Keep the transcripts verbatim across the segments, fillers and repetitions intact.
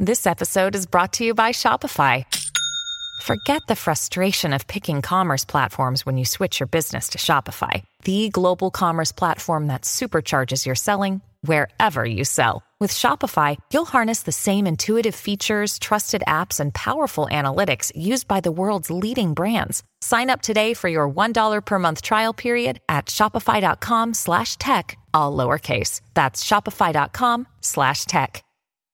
This episode is brought to you by Shopify. Forget the frustration of picking commerce platforms when you switch your business to Shopify, the global commerce platform that supercharges your selling wherever you sell. With Shopify, you'll harness the same intuitive features, trusted apps, and powerful analytics used by the world's leading brands. Sign up today for your one dollar per month trial period at shopify.com slash tech, all lowercase. That's shopify.com slash tech.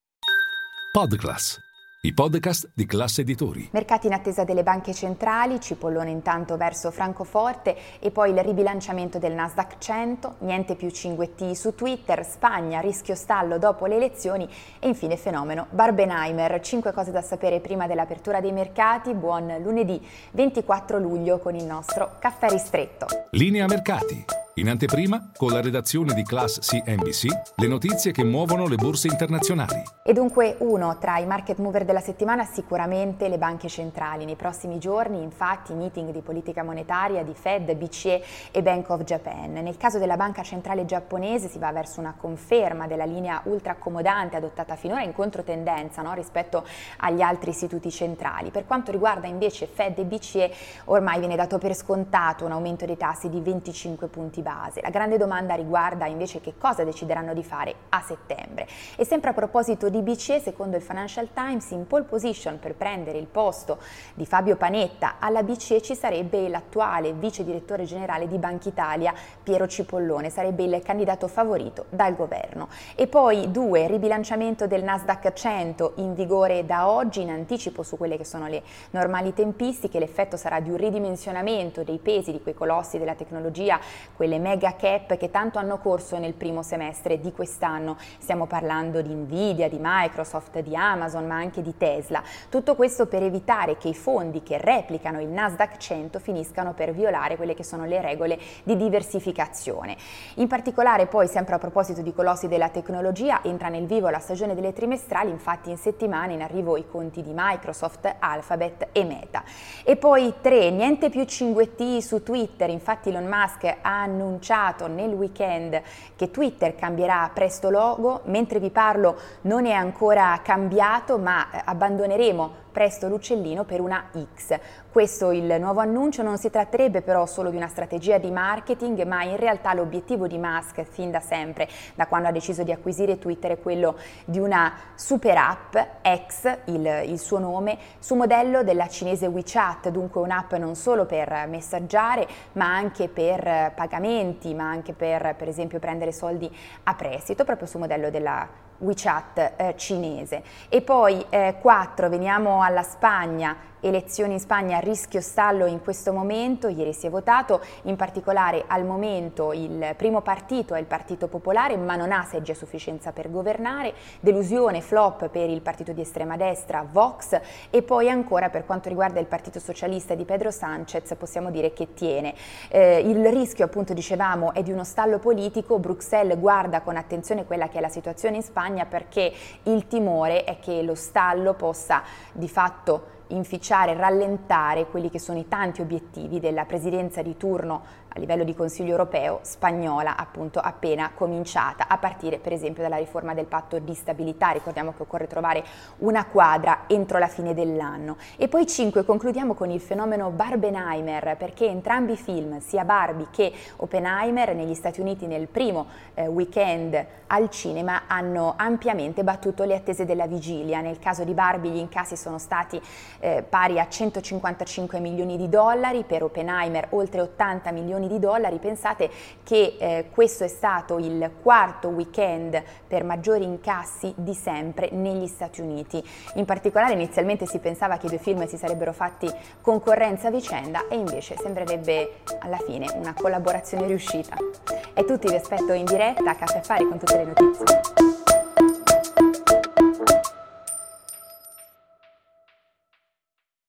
Podclass, i podcast di Class Editori. Mercati in attesa delle banche centrali, cipollone intanto verso Francoforte e poi il ribilanciamento del Nasdaq cento, niente più cinguetti su Twitter, Spagna, rischio stallo dopo le elezioni e infine fenomeno Barbenheimer. Cinque cose da sapere prima dell'apertura dei mercati. Buon lunedì ventiquattro luglio con il nostro caffè ristretto. Linea mercati. In anteprima, con la redazione di Class C N B C, le notizie che muovono le borse internazionali. E dunque uno tra i market mover della settimana sicuramente le banche centrali. Nei prossimi giorni infatti meeting di politica monetaria di Fed, B C E e Bank of Japan. Nel caso della banca centrale giapponese si va verso una conferma della linea ultra accomodante adottata finora in controtendenza, no, rispetto agli altri istituti centrali. Per quanto riguarda invece Fed e B C E ormai viene dato per scontato un aumento dei tassi di venticinque punti base. La grande domanda riguarda invece che cosa decideranno di fare a settembre. E sempre a proposito di B C E, secondo il Financial Times, in pole position per prendere il posto di Fabio Panetta alla B C E ci sarebbe l'attuale vice direttore generale di Banca Italia, Piero Cipollone, sarebbe il candidato favorito dal governo. E poi due, ribilanciamento del Nasdaq cento in vigore da oggi, in anticipo su quelle che sono le normali tempistiche. L'effetto sarà di un ridimensionamento dei pesi di quei colossi della tecnologia, quelle mega cap che tanto hanno corso nel primo semestre di quest'anno. Stiamo parlando di Nvidia, di Microsoft, di Amazon, ma anche di Tesla. Tutto questo per evitare che i fondi che replicano il Nasdaq cento finiscano per violare quelle che sono le regole di diversificazione. In particolare poi, sempre a proposito di colossi della tecnologia, entra nel vivo la stagione delle trimestrali, infatti in settimana in arrivo i conti di Microsoft, Alphabet e Meta. E poi tre, niente più cinguetti su Twitter, infatti Elon Musk ha annunciato nel weekend che Twitter cambierà presto logo. Mentre vi parlo non è ancora cambiato, ma abbandoneremo presto l'uccellino per una X. Questo il nuovo annuncio. Non si tratterebbe però solo di una strategia di marketing, ma in realtà l'obiettivo di Musk fin da sempre, da quando ha deciso di acquisire Twitter, è quello di una super app, X, il, il suo nome, su modello della cinese WeChat, dunque un'app non solo per messaggiare, ma anche per pagamenti, ma anche per per esempio prendere soldi a prestito, proprio su modello della WeChat eh, cinese. E poi eh, quattro, veniamo alla Spagna. Elezioni in Spagna, rischio stallo in questo momento. Ieri si è votato, in particolare al momento il primo partito è il Partito Popolare, ma non ha seggi a sufficienza per governare. Delusione, flop per il partito di estrema destra Vox. E poi ancora per quanto riguarda il Partito Socialista di Pedro Sánchez possiamo dire che tiene. Eh, il rischio, appunto dicevamo, è di uno stallo politico. Bruxelles guarda con attenzione quella che è la situazione in Spagna, perché il timore è che lo stallo possa di fatto inficiare, rallentare quelli che sono i tanti obiettivi della presidenza di turno a livello di Consiglio europeo spagnola, appunto appena cominciata, a partire per esempio dalla riforma del patto di stabilità. Ricordiamo che occorre trovare una quadra entro la fine dell'anno. E poi cinque, concludiamo con il fenomeno Barbenheimer, perché entrambi i film, sia Barbie che Oppenheimer, negli Stati Uniti nel primo eh, weekend al cinema hanno ampiamente battuto le attese della vigilia. Nel caso di Barbie gli incassi sono stati eh, pari a centocinquantacinque milioni di dollari, per Oppenheimer oltre ottanta milioni di dollari. Pensate che eh, questo è stato il quarto weekend per maggiori incassi di sempre negli Stati Uniti. In particolare inizialmente si pensava che i due film si sarebbero fatti concorrenza a vicenda e invece sembrerebbe alla fine una collaborazione riuscita. È tutto, vi aspetto in diretta a Caffè Affari con tutte le notizie.